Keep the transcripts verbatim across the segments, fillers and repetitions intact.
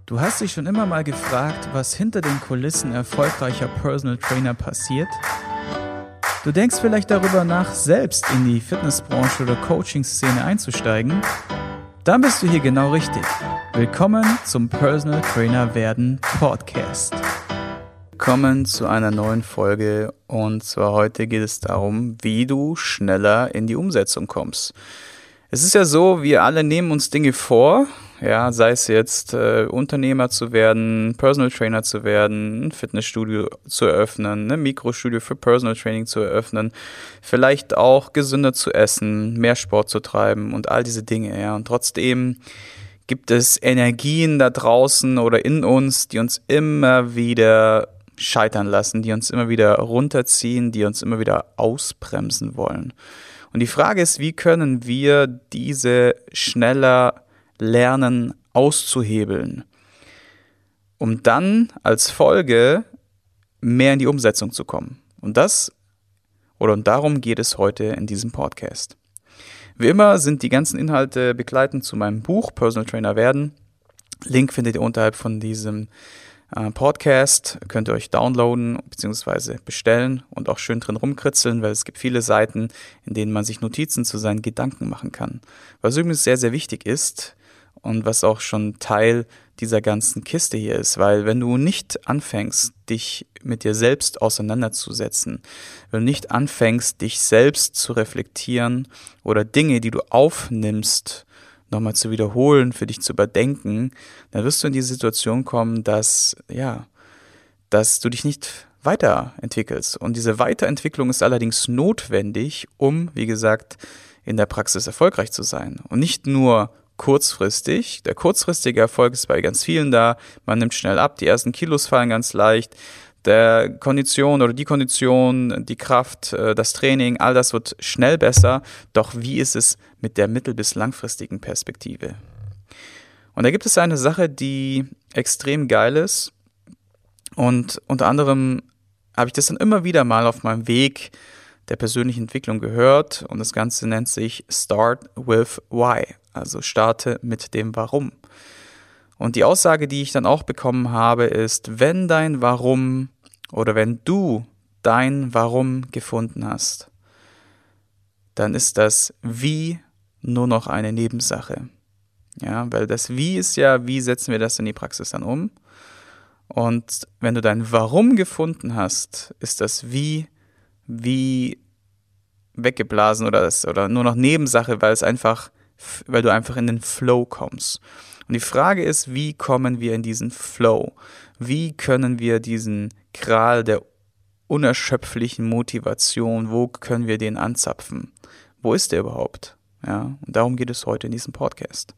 Du hast dich schon immer mal gefragt, was hinter den Kulissen erfolgreicher Personal Trainer passiert? Du denkst vielleicht darüber nach, selbst in die Fitnessbranche oder Coaching-Szene einzusteigen? Dann bist du hier genau richtig. Willkommen zum Personal Trainer werden Podcast. Willkommen zu einer neuen Folge, und zwar heute geht es darum, wie du schneller in die Umsetzung kommst. Es ist ja so, wir alle nehmen uns Dinge vor, ja, sei es jetzt äh, Unternehmer zu werden, Personal Trainer zu werden, ein Fitnessstudio zu eröffnen, ein Mikrostudio für Personal Training zu eröffnen, vielleicht auch gesünder zu essen, mehr Sport zu treiben und all diese Dinge, ja. Und trotzdem gibt es Energien da draußen oder in uns, die uns immer wieder scheitern lassen, die uns immer wieder runterziehen, die uns immer wieder ausbremsen wollen. Und die Frage ist, wie können wir diese schneller lernen auszuhebeln, um dann als Folge mehr in die Umsetzung zu kommen. Und das oder und darum geht es heute in diesem Podcast. Wie immer sind die ganzen Inhalte begleitend zu meinem Buch Personal Trainer werden. Link findet ihr unterhalb von diesem Podcast, könnt ihr euch downloaden bzw. bestellen und auch schön drin rumkritzeln, weil es gibt viele Seiten, in denen man sich Notizen zu seinen Gedanken machen kann. Was übrigens sehr, sehr wichtig ist und was auch schon Teil dieser ganzen Kiste hier ist, weil wenn du nicht anfängst, dich mit dir selbst auseinanderzusetzen, wenn du nicht anfängst, dich selbst zu reflektieren oder Dinge, die du aufnimmst, nochmal zu wiederholen, für dich zu überdenken, dann wirst du in die Situation kommen, dass, ja, dass du dich nicht weiterentwickelst. Und diese Weiterentwicklung ist allerdings notwendig, um, wie gesagt, in der Praxis erfolgreich zu sein. Und nicht nur kurzfristig. Der kurzfristige Erfolg ist bei ganz vielen da. Man nimmt schnell ab, die ersten Kilos fallen ganz leicht. Der Kondition oder die Kondition, die Kraft, das Training, all das wird schnell besser. Doch wie ist es mit der mittel- bis langfristigen Perspektive? Und da gibt es eine Sache, die extrem geil ist. Und unter anderem habe ich das dann immer wieder mal auf meinem Weg der persönlichen Entwicklung gehört. Und das Ganze nennt sich Start with Why. Also starte mit dem Warum. Und die Aussage, die ich dann auch bekommen habe, ist, wenn dein Warum oder wenn du dein Warum gefunden hast, dann ist das Wie nur noch eine Nebensache. Ja, weil das Wie ist ja, wie setzen wir das in die Praxis dann um? Und wenn du dein Warum gefunden hast, ist das Wie, wie weggeblasen oder, das, oder nur noch Nebensache, weil es einfach, weil du einfach in den Flow kommst. Und die Frage ist, wie kommen wir in diesen Flow? Wie können wir diesen Gral der unerschöpflichen Motivation, wo können wir den anzapfen? Wo ist der überhaupt? Ja, und darum geht es heute in diesem Podcast.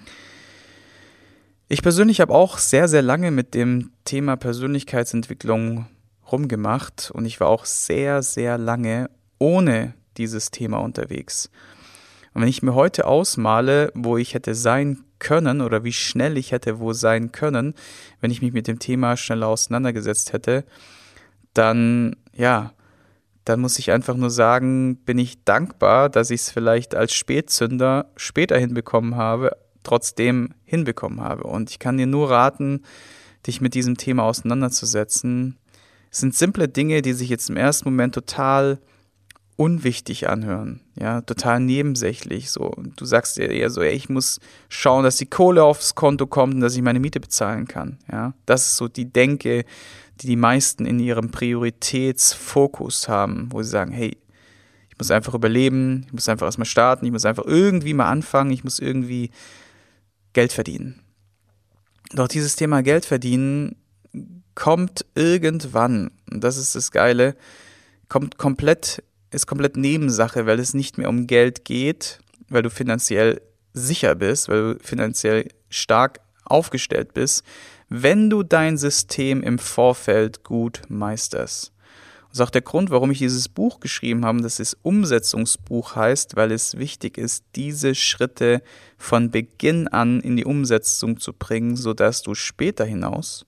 Ich persönlich habe auch sehr, sehr lange mit dem Thema Persönlichkeitsentwicklung rumgemacht und ich war auch sehr, sehr lange ohne dieses Thema unterwegs. Und wenn ich mir heute ausmale, wo ich hätte sein können oder wie schnell ich hätte wo sein können, wenn ich mich mit dem Thema schneller auseinandergesetzt hätte, dann, ja, dann muss ich einfach nur sagen, bin ich dankbar, dass ich es vielleicht als Spätzünder später hinbekommen habe, trotzdem hinbekommen habe. Und ich kann dir nur raten, dich mit diesem Thema auseinanderzusetzen. Es sind simple Dinge, die sich jetzt im ersten Moment total unwichtig anhören, ja, total nebensächlich, so. Du sagst dir eher so, ey, ich muss schauen, dass die Kohle aufs Konto kommt und dass ich meine Miete bezahlen kann, ja. Das ist so die Denke, die die meisten in ihrem Prioritätsfokus haben, wo sie sagen, hey, ich muss einfach überleben, ich muss einfach erstmal starten, ich muss einfach irgendwie mal anfangen, ich muss irgendwie Geld verdienen. Doch dieses Thema Geld verdienen kommt irgendwann, und das ist das Geile, kommt komplett ist komplett Nebensache, weil es nicht mehr um Geld geht, weil du finanziell sicher bist, weil du finanziell stark aufgestellt bist, wenn du dein System im Vorfeld gut meisterst. Das ist auch der Grund, warum ich dieses Buch geschrieben habe, dass es Umsetzungsbuch heißt, weil es wichtig ist, diese Schritte von Beginn an in die Umsetzung zu bringen, sodass du später hinaus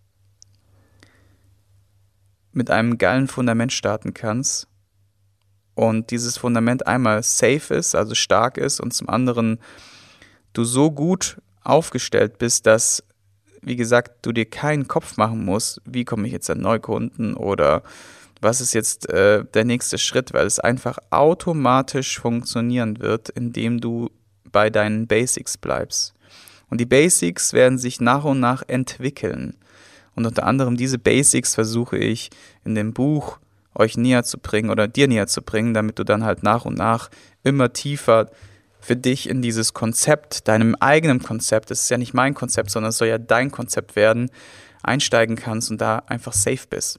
mit einem geilen Fundament starten kannst, und dieses Fundament einmal safe ist, also stark ist, und zum anderen du so gut aufgestellt bist, dass wie gesagt, du dir keinen Kopf machen musst, wie komme ich jetzt an Neukunden oder was ist jetzt äh, der nächste Schritt, weil es einfach automatisch funktionieren wird, indem du bei deinen Basics bleibst. Und die Basics werden sich nach und nach entwickeln. Und unter anderem diese Basics versuche ich in dem Buch euch näher zu bringen oder dir näher zu bringen, damit du dann halt nach und nach immer tiefer für dich in dieses Konzept, deinem eigenen Konzept, das ist ja nicht mein Konzept, sondern es soll ja dein Konzept werden, einsteigen kannst und da einfach safe bist.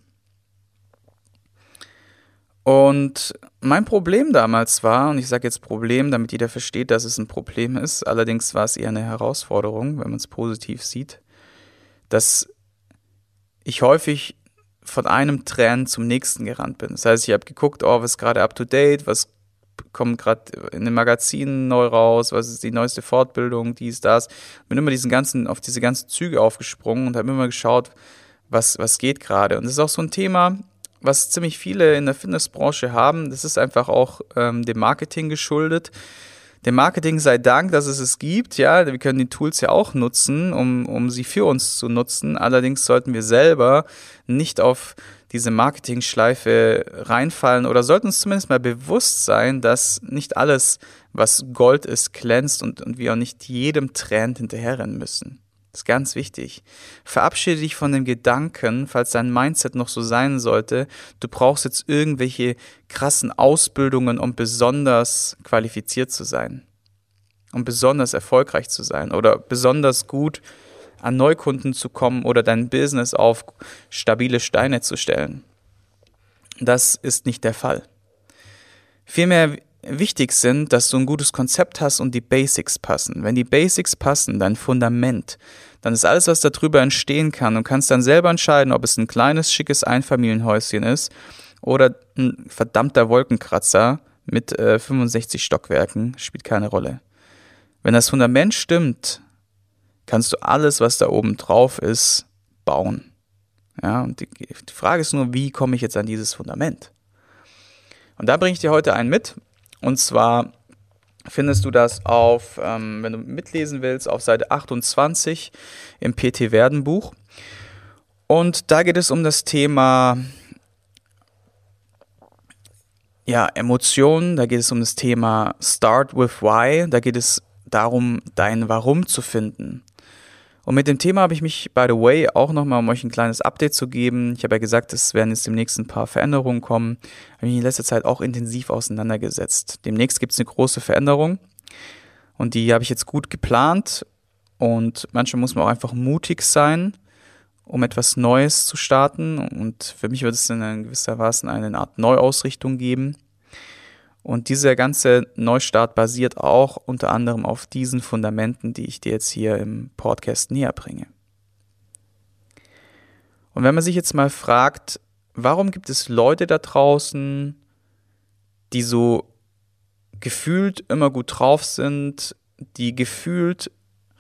Und mein Problem damals war, und ich sage jetzt Problem, damit jeder versteht, dass es ein Problem ist, allerdings war es eher eine Herausforderung, wenn man es positiv sieht, dass ich häufig von einem Trend zum nächsten gerannt bin. Das heißt, ich habe geguckt, oh, was ist gerade up to date, was kommt gerade in den Magazinen neu raus, was ist die neueste Fortbildung, dies, das. Bin immer diesen ganzen, auf diese ganzen Züge aufgesprungen und habe immer geschaut, was, was geht gerade. Und das ist auch so ein Thema, was ziemlich viele in der Fitnessbranche haben. Das ist einfach auch ähm, dem Marketing geschuldet. Dem Marketing sei Dank, dass es es gibt. Ja, wir können die Tools ja auch nutzen, um, um sie für uns zu nutzen. Allerdings sollten wir selber nicht auf diese Marketing-Schleife reinfallen oder sollten uns zumindest mal bewusst sein, dass nicht alles, was Gold ist, glänzt und, und wir auch nicht jedem Trend hinterherrennen müssen. Das ist ganz wichtig. Verabschiede dich von dem Gedanken, falls dein Mindset noch so sein sollte, du brauchst jetzt irgendwelche krassen Ausbildungen, um besonders qualifiziert zu sein, um besonders erfolgreich zu sein oder besonders gut an Neukunden zu kommen oder dein Business auf stabile Steine zu stellen. Das ist nicht der Fall. Vielmehr wichtig sind, dass du ein gutes Konzept hast und die Basics passen. Wenn die Basics passen, dein Fundament, dann ist alles, was darüber entstehen kann. Du kannst dann selber entscheiden, ob es ein kleines, schickes Einfamilienhäuschen ist oder ein verdammter Wolkenkratzer mit äh, fünfundsechzig Stockwerken, spielt keine Rolle. Wenn das Fundament stimmt, kannst du alles, was da oben drauf ist, bauen. Ja, und die, die Frage ist nur, wie komme ich jetzt an dieses Fundament? Und da bringe ich dir heute einen mit. Und zwar findest du das auf, ähm, wenn du mitlesen willst, auf Seite achtundzwanzig im P T Werden Buch. Und da geht es um das Thema ja, Emotionen, da geht es um das Thema Start with Why, da geht es darum, dein Warum zu finden. Und mit dem Thema habe ich mich, by the way, auch nochmal, um euch ein kleines Update zu geben. Ich habe ja gesagt, es werden jetzt demnächst ein paar Veränderungen kommen. Habe mich in letzter Zeit auch intensiv auseinandergesetzt. Demnächst gibt es eine große Veränderung und die habe ich jetzt gut geplant. Und manchmal muss man auch einfach mutig sein, um etwas Neues zu starten. Und für mich wird es in gewisser Weise eine Art Neuausrichtung geben. Und dieser ganze Neustart basiert auch unter anderem auf diesen Fundamenten, die ich dir jetzt hier im Podcast näher bringe. Und wenn man sich jetzt mal fragt, warum gibt es Leute da draußen, die so gefühlt immer gut drauf sind, die gefühlt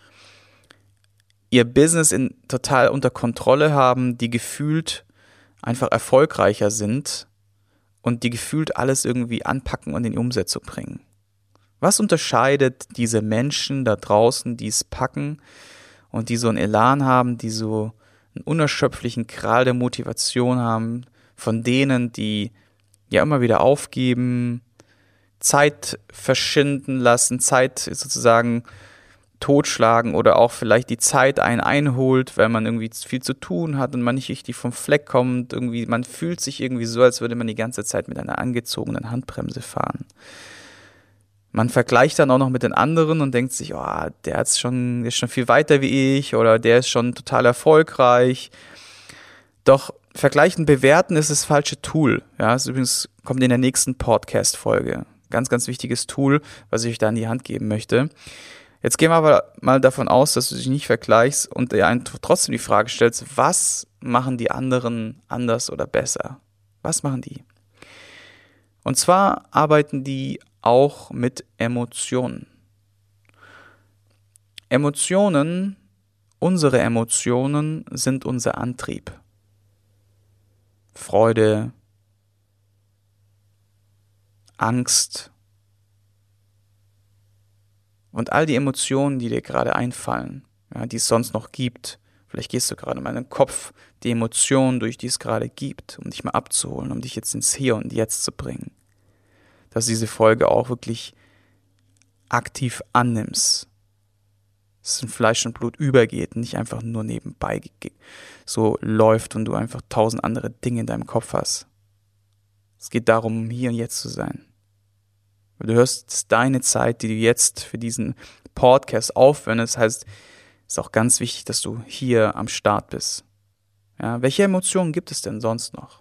ihr Business in, total unter Kontrolle haben, die gefühlt einfach erfolgreicher sind, und die gefühlt alles irgendwie anpacken und in die Umsetzung bringen. Was unterscheidet diese Menschen da draußen, die es packen und die so einen Elan haben, die so einen unerschöpflichen Gral der Motivation haben, von denen, die ja immer wieder aufgeben, Zeit verschinden lassen, Zeit sozusagen totschlagen oder auch vielleicht die Zeit einen einholt, weil man irgendwie viel zu tun hat und man nicht richtig vom Fleck kommt. Irgendwie, man fühlt sich irgendwie so, als würde man die ganze Zeit mit einer angezogenen Handbremse fahren. Man vergleicht dann auch noch mit den anderen und denkt sich, oh, der hat's schon, der ist schon viel weiter wie ich oder der ist schon total erfolgreich. Doch vergleichen, bewerten ist das falsche Tool. Ja, das übrigens kommt in der nächsten Podcast-Folge. Ganz, ganz wichtiges Tool, was ich euch da in die Hand geben möchte. Jetzt gehen wir aber mal davon aus, dass du dich nicht vergleichst und dir einen trotzdem die Frage stellst, was machen die anderen anders oder besser? Was machen die? Und zwar arbeiten die auch mit Emotionen. Emotionen, unsere Emotionen sind unser Antrieb. Freude, Angst, und all die Emotionen, die dir gerade einfallen, ja, die es sonst noch gibt, Vielleicht gehst du gerade in meinen Kopf, die Emotionen, durch die es gerade gibt, um dich mal abzuholen, um dich jetzt ins Hier und Jetzt zu bringen. Dass du diese Folge auch wirklich aktiv annimmst. Dass es in Fleisch und Blut übergeht, nicht einfach nur nebenbei so läuft und du einfach tausend andere Dinge in deinem Kopf hast. Es geht darum, um hier und jetzt zu sein. Du hörst, es ist deine Zeit, die du jetzt für diesen Podcast aufwendest. Das heißt, es ist auch ganz wichtig, dass du hier am Start bist. Ja, welche Emotionen gibt es denn sonst noch?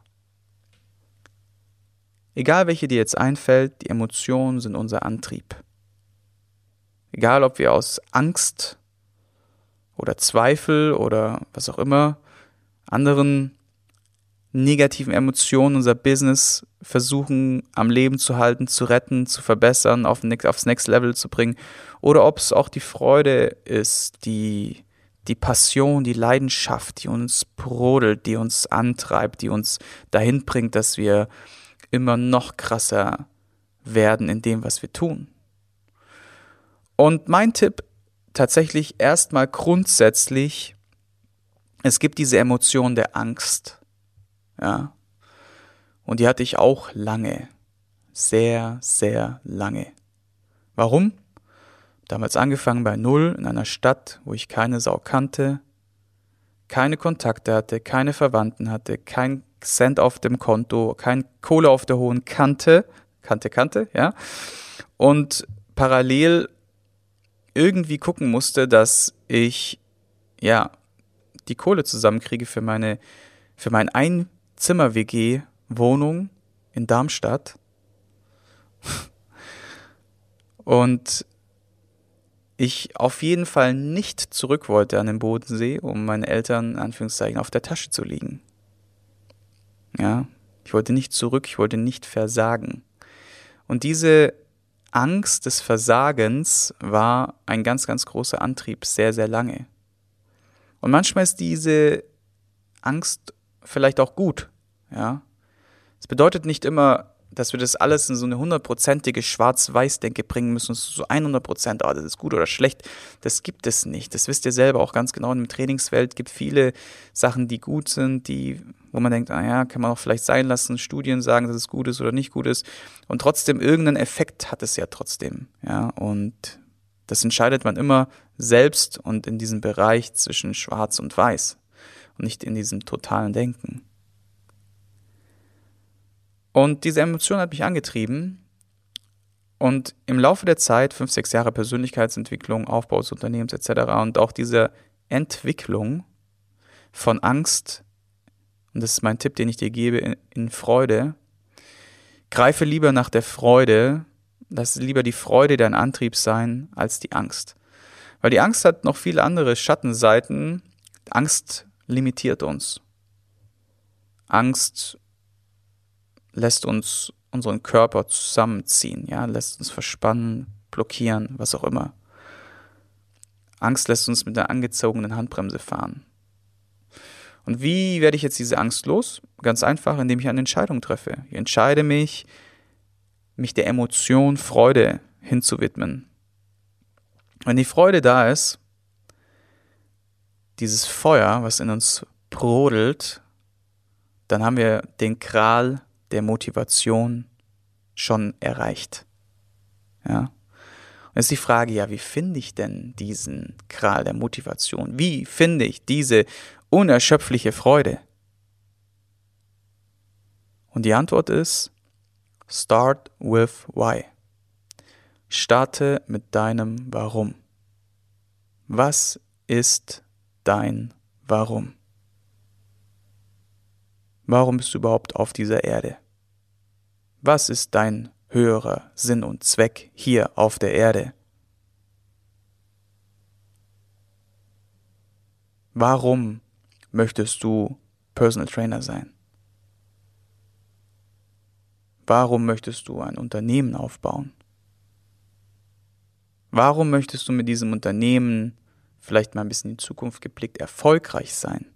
Egal, welche dir jetzt einfällt, die Emotionen sind unser Antrieb. Egal, ob wir aus Angst oder Zweifel oder was auch immer anderen negativen Emotionen unser Business versuchen am Leben zu halten, zu retten, zu verbessern, auf aufs Next Level zu bringen, oder ob es auch die Freude ist, die, die Passion, die Leidenschaft, die uns brodelt, die uns antreibt, die uns dahin bringt, dass wir immer noch krasser werden in dem, was wir tun. Und mein Tipp tatsächlich erstmal grundsätzlich, es gibt diese Emotion der Angst. Ja. Und die hatte ich auch lange. Sehr, sehr lange. Warum? Damals angefangen bei Null in einer Stadt, wo ich keine Sau kannte, keine Kontakte hatte, keine Verwandten hatte, kein Cent auf dem Konto, kein Kohle auf der hohen Kante, Kante, Kante, ja. Und parallel irgendwie gucken musste, dass ich, ja, die Kohle zusammenkriege für meine, für mein Einzimmer-W G-Wohnung in Darmstadt. Und ich auf jeden Fall nicht zurück wollte an den Bodensee, um meinen Eltern, in Anführungszeichen, auf der Tasche zu liegen. Ja, ich wollte nicht zurück, ich wollte nicht versagen. Und diese Angst des Versagens war ein ganz, ganz großer Antrieb, sehr, sehr lange. Und manchmal ist diese Angst vielleicht auch gut, ja. Es bedeutet nicht immer, dass wir das alles in so eine hundertprozentige Schwarz-Weiß-Denke bringen müssen, so hundert Prozent, oh, das ist gut oder schlecht. Das gibt es nicht. Das wisst ihr selber auch ganz genau. In der Trainingswelt gibt es viele Sachen, die gut sind, die, wo man denkt, ah ja, kann man auch vielleicht sein lassen. Studien sagen, dass es gut ist oder nicht gut ist. Und trotzdem, irgendeinen Effekt hat es ja trotzdem. Ja, und das entscheidet man immer selbst und in diesem Bereich zwischen Schwarz und Weiß und nicht in diesem totalen Denken. Und diese Emotion hat mich angetrieben und im Laufe der Zeit, fünf, sechs Jahre Persönlichkeitsentwicklung, Aufbau des Unternehmens et cetera und auch diese Entwicklung von Angst, und das ist mein Tipp, den ich dir gebe, in, in Freude, greife lieber nach der Freude, lass lieber die Freude dein Antrieb sein, als die Angst. Weil die Angst hat noch viele andere Schattenseiten. Angst limitiert uns. Angst lässt uns unseren Körper zusammenziehen, ja, lässt uns verspannen, blockieren, was auch immer. Angst lässt uns mit der angezogenen Handbremse fahren. Und wie werde ich jetzt diese Angst los? Ganz einfach, indem ich eine Entscheidung treffe. Ich entscheide mich, mich der Emotion Freude hinzuwidmen. Wenn die Freude da ist, dieses Feuer, was in uns brodelt, dann haben wir den Gral der Motivation schon erreicht. Ja. Und jetzt ist die Frage, ja, wie finde ich denn diesen Gral der Motivation? Wie finde ich diese unerschöpfliche Freude? Und die Antwort ist, start with why. Starte mit deinem Warum. Was ist dein Warum? Warum bist du überhaupt auf dieser Erde? Was ist dein höherer Sinn und Zweck hier auf der Erde? Warum möchtest du Personal Trainer sein? Warum möchtest du ein Unternehmen aufbauen? Warum möchtest du mit diesem Unternehmen vielleicht mal ein bisschen in die Zukunft geblickt erfolgreich sein?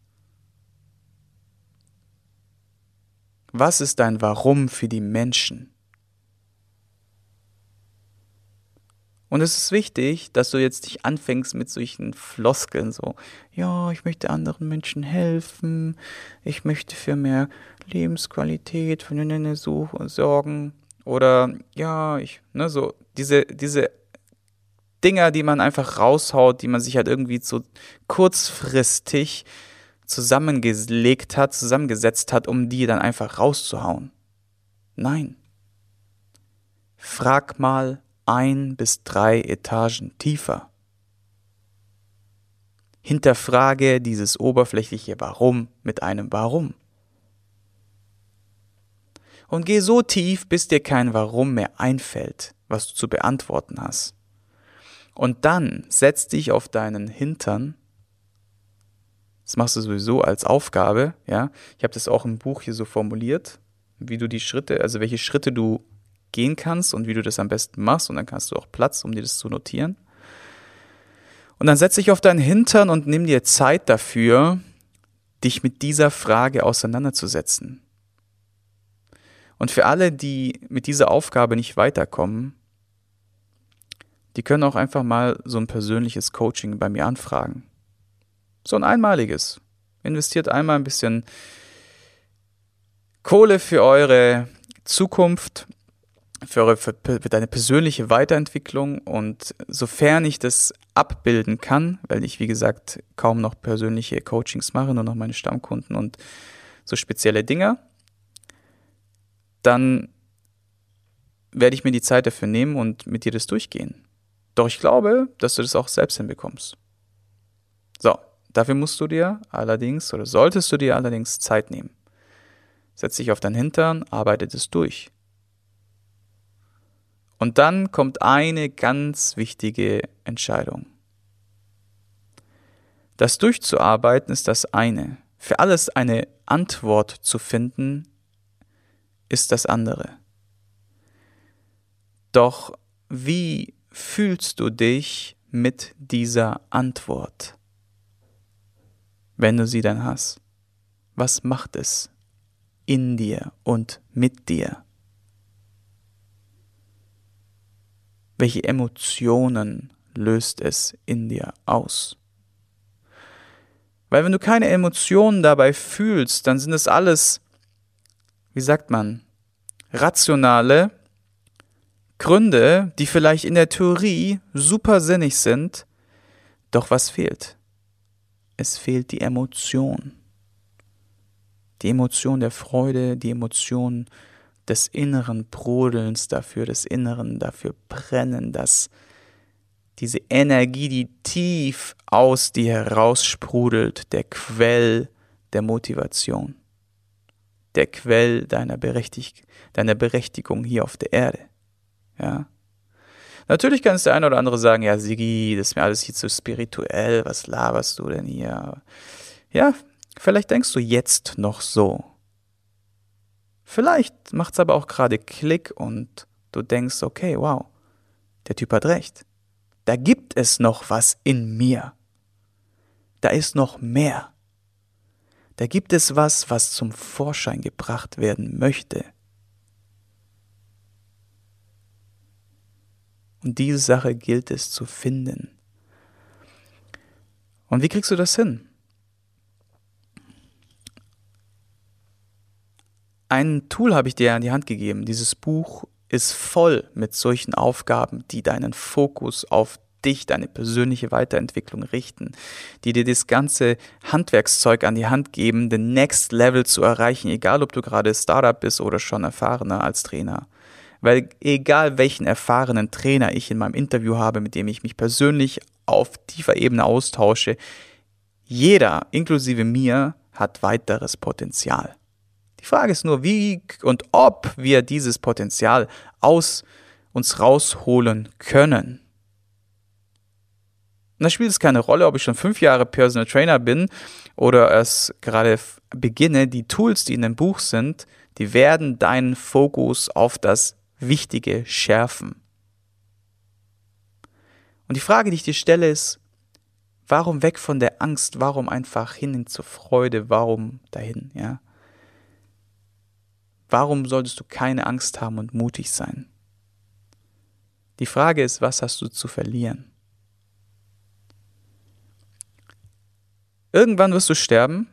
Was ist dein Warum für die Menschen? Und es ist wichtig, dass du jetzt nicht anfängst mit solchen Floskeln, so, ja, ich möchte anderen Menschen helfen, ich möchte für mehr Lebensqualität von innen sorgen, oder, ja, ich, ne, so, diese, diese Dinger, die man einfach raushaut, die man sich halt irgendwie so kurzfristig zusammengelegt hat, zusammengesetzt hat, um die dann einfach rauszuhauen. Nein. Frag mal ein bis drei Etagen tiefer. Hinterfrage dieses oberflächliche Warum mit einem Warum. Und geh so tief, bis dir kein Warum mehr einfällt, was du zu beantworten hast. Und dann setz dich auf deinen Hintern. Das machst du sowieso als Aufgabe, ja. Ich habe das auch im Buch hier so formuliert, wie du die Schritte, also welche Schritte du gehen kannst und wie du das am besten machst. Und dann kannst du auch Platz, um dir das zu notieren. Und dann setz dich auf deinen Hintern und nimm dir Zeit dafür, dich mit dieser Frage auseinanderzusetzen. Und für alle, die mit dieser Aufgabe nicht weiterkommen, die können auch einfach mal so ein persönliches Coaching bei mir anfragen. So ein einmaliges. Investiert einmal ein bisschen Kohle für eure Zukunft, für, eure, für deine persönliche Weiterentwicklung, und sofern ich das abbilden kann, weil ich, wie gesagt, kaum noch persönliche Coachings mache, nur noch meine Stammkunden und so spezielle Dinge, dann werde ich mir die Zeit dafür nehmen und mit dir das durchgehen. Doch ich glaube, dass du das auch selbst hinbekommst. So, dafür musst du dir allerdings oder solltest du dir allerdings Zeit nehmen. Setz dich auf deinen Hintern, arbeite es durch. Und dann kommt eine ganz wichtige Entscheidung. Das durchzuarbeiten ist das eine. Für alles eine Antwort zu finden, ist das andere. Doch wie fühlst du dich mit dieser Antwort, wenn du sie dann hast? Was macht es in dir und mit dir? Welche Emotionen löst es in dir aus? Weil wenn du keine Emotionen dabei fühlst, dann sind es alles, wie sagt man, rationale Gründe, die vielleicht in der Theorie super sinnig sind, doch was fehlt? Es fehlt die Emotion. Die Emotion der Freude, die Emotion des inneren Brodelns dafür, des inneren dafür Brennen, dass diese Energie, die tief aus dir heraussprudelt, der Quell der Motivation, der Quell deiner, Berechtig- deiner Berechtigung hier auf der Erde. Ja. Natürlich kann es der eine oder andere sagen, ja Sigi, das ist mir alles hier zu spirituell, was laberst du denn hier? Ja, vielleicht denkst du jetzt noch so. Vielleicht macht es aber auch gerade Klick und du denkst, okay, wow, der Typ hat recht. Da gibt es noch was in mir. Da ist noch mehr. Da gibt es was, was zum Vorschein gebracht werden möchte. Und diese Sache gilt es zu finden. Und wie kriegst du das hin? Ein Tool habe ich dir an die Hand gegeben. Dieses Buch ist voll mit solchen Aufgaben, die deinen Fokus auf dich, deine persönliche Weiterentwicklung richten, die dir das ganze Handwerkszeug an die Hand geben, den Next Level zu erreichen, egal ob du gerade Startup bist oder schon erfahrener als Trainer. Weil egal welchen erfahrenen Trainer ich in meinem Interview habe, mit dem ich mich persönlich auf tiefer Ebene austausche, jeder, inklusive mir, hat weiteres Potenzial. Die Frage ist nur, wie und ob wir dieses Potenzial aus uns rausholen können. Und da spielt es keine Rolle, ob ich schon fünf Jahre Personal Trainer bin oder es gerade beginne. Die Tools, die in dem Buch sind, die werden deinen Fokus auf das Wichtige schärfen. Und die Frage, die ich dir stelle, ist, warum weg von der Angst, warum einfach hin zur Freude, warum dahin, ja? Warum solltest du keine Angst haben und mutig sein? Die Frage ist, was hast du zu verlieren? Irgendwann wirst du sterben.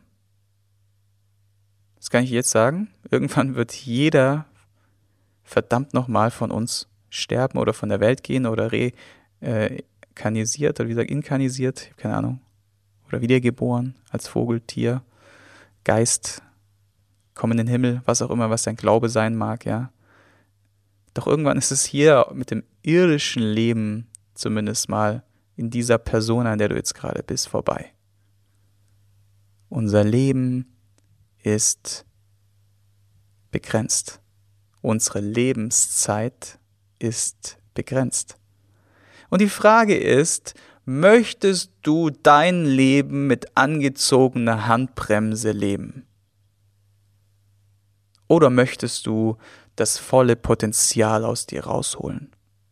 Das kann ich jetzt sagen. Irgendwann wird jeder verdammt nochmal von uns sterben oder von der Welt gehen oder rekanisiert oder wie gesagt inkarnisiert, ich habe keine Ahnung. Oder wiedergeboren als Vogel, Tier, Geist, komm in den Himmel, was auch immer, was dein Glaube sein mag, ja. Doch irgendwann ist es hier mit dem irdischen Leben zumindest mal in dieser Person, an der du jetzt gerade bist, vorbei. Unser Leben ist begrenzt. Unsere Lebenszeit ist begrenzt. Und die Frage ist, möchtest du dein Leben mit angezogener Handbremse leben? Oder möchtest du das volle Potenzial aus dir rausholen?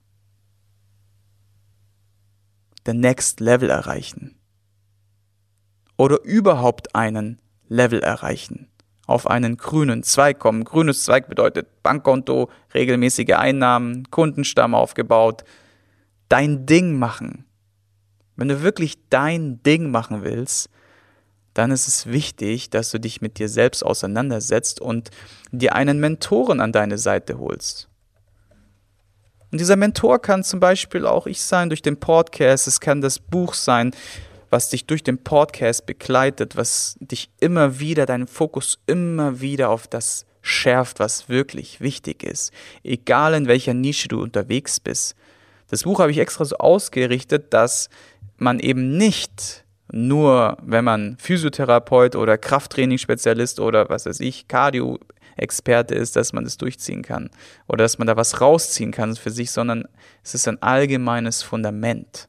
The Next Level erreichen? Oder überhaupt einen Level erreichen? Auf einen grünen Zweig kommen. Grünes Zweig bedeutet Bankkonto, regelmäßige Einnahmen, Kundenstamm aufgebaut. Dein Ding machen. Wenn du wirklich dein Ding machen willst, dann ist es wichtig, dass du dich mit dir selbst auseinandersetzt und dir einen Mentoren an deine Seite holst. Und dieser Mentor kann zum Beispiel auch ich sein durch den Podcast, es kann das Buch sein, was dich durch den Podcast begleitet, was dich immer wieder, deinen Fokus immer wieder auf das schärft, was wirklich wichtig ist. Egal in welcher Nische du unterwegs bist. Das Buch habe ich extra so ausgerichtet, dass man eben nicht nur, wenn man Physiotherapeut oder Krafttrainingsspezialist oder was weiß ich, Cardio-Experte ist, dass man das durchziehen kann oder dass man da was rausziehen kann für sich, sondern es ist ein allgemeines Fundament.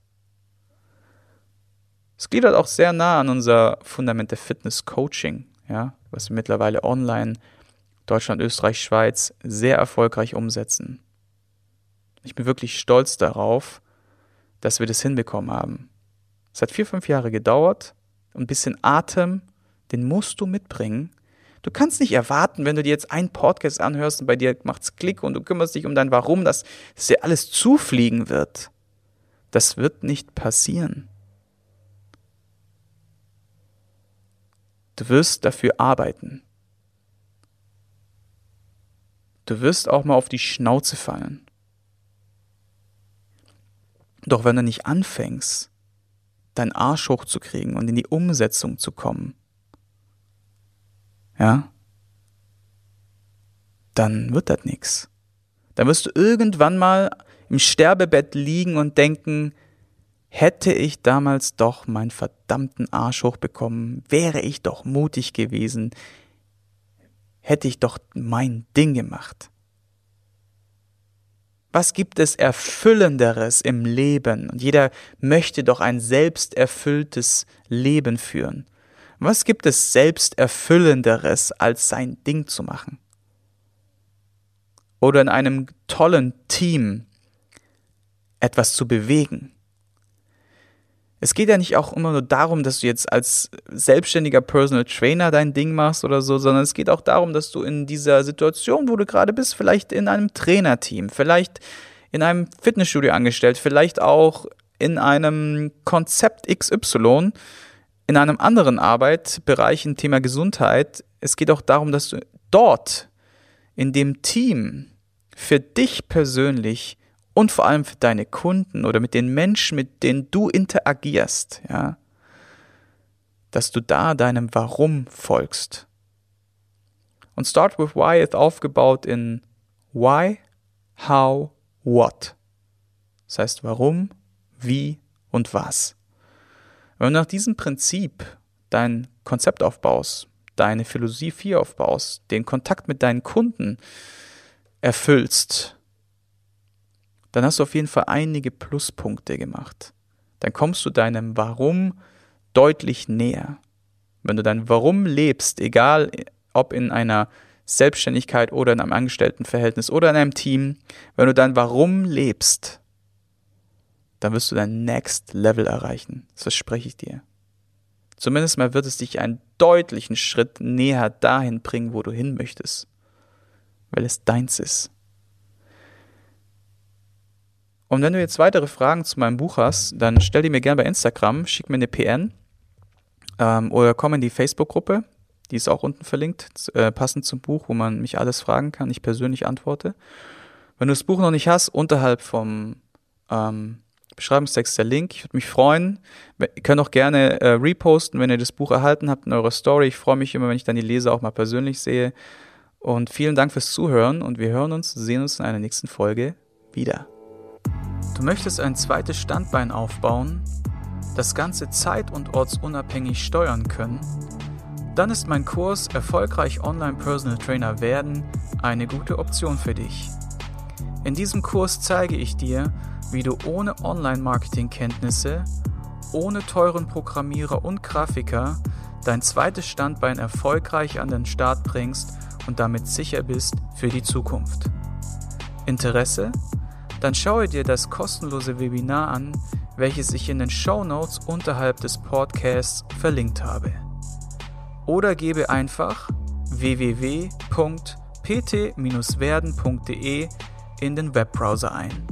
Es gliedert auch sehr nah an unser Fundament der Fitness-Coaching, ja, was wir mittlerweile online, Deutschland, Österreich, Schweiz, sehr erfolgreich umsetzen. Ich bin wirklich stolz darauf, dass wir das hinbekommen haben. Es hat vier, fünf Jahre gedauert und ein bisschen Atem, den musst du mitbringen. Du kannst nicht erwarten, wenn du dir jetzt einen Podcast anhörst und bei dir macht's Klick und du kümmerst dich um dein Warum, dass es dir alles zufliegen wird. Das wird nicht passieren. Du wirst dafür arbeiten. Du wirst auch mal auf die Schnauze fallen. Doch wenn du nicht anfängst, deinen Arsch hochzukriegen und in die Umsetzung zu kommen, ja, dann wird das nichts. Dann wirst du irgendwann mal im Sterbebett liegen und denken, hätte ich damals doch meinen verdammten Arsch hochbekommen, wäre ich doch mutig gewesen, hätte ich doch mein Ding gemacht. Was gibt es Erfüllenderes im Leben? Und jeder möchte doch ein selbsterfülltes Leben führen. Was gibt es Selbsterfüllenderes, als sein Ding zu machen? Oder in einem tollen Team etwas zu bewegen? Es geht ja nicht auch immer nur darum, dass du jetzt als selbstständiger Personal Trainer dein Ding machst oder so, sondern es geht auch darum, dass du in dieser Situation, wo du gerade bist, vielleicht in einem Trainerteam, vielleicht in einem Fitnessstudio angestellt, vielleicht auch in einem Konzept X Y, in einem anderen Arbeitsbereich, im Thema Gesundheit. Es geht auch darum, dass du dort in dem Team für dich persönlich und vor allem für deine Kunden oder mit den Menschen, mit denen du interagierst, ja, dass du da deinem Warum folgst. Und Start with Why ist aufgebaut in Why, How, What. Das heißt warum, wie und was. Wenn du nach diesem Prinzip dein Konzept aufbaust, deine Philosophie aufbaust, den Kontakt mit deinen Kunden erfüllst, dann hast du auf jeden Fall einige Pluspunkte gemacht. Dann kommst du deinem Warum deutlich näher. Wenn du dein Warum lebst, egal ob in einer Selbstständigkeit oder in einem Angestelltenverhältnis oder in einem Team, wenn du dein Warum lebst, dann wirst du dein Next Level erreichen. Das verspreche ich dir. Zumindest mal wird es dich einen deutlichen Schritt näher dahin bringen, wo du hin möchtest, weil es deins ist. Und wenn du jetzt weitere Fragen zu meinem Buch hast, dann stell die mir gerne bei Instagram, schick mir eine P N ähm, oder komm in die Facebook-Gruppe, die ist auch unten verlinkt, äh, passend zum Buch, wo man mich alles fragen kann, ich persönlich antworte. Wenn du das Buch noch nicht hast, unterhalb vom ähm, Beschreibungstext der Link. Ich würde mich freuen. Ihr könnt auch gerne äh, reposten, wenn ihr das Buch erhalten habt in eurer Story. Ich freue mich immer, wenn ich dann die Leser auch mal persönlich sehe. Und vielen Dank fürs Zuhören und wir hören uns, sehen uns in einer nächsten Folge wieder. Du möchtest ein zweites Standbein aufbauen, das Ganze zeit- und ortsunabhängig steuern können? Dann ist mein Kurs Erfolgreich Online Personal Trainer werden eine gute Option für dich. In diesem Kurs zeige ich dir, wie du ohne Online-Marketing-Kenntnisse, ohne teuren Programmierer und Grafiker dein zweites Standbein erfolgreich an den Start bringst und damit sicher bist für die Zukunft. Interesse? Dann schaue dir das kostenlose Webinar an, welches ich in den Shownotes unterhalb des Podcasts verlinkt habe. Oder gebe einfach w w w punkt p t dash werden punkt d e in den Webbrowser ein.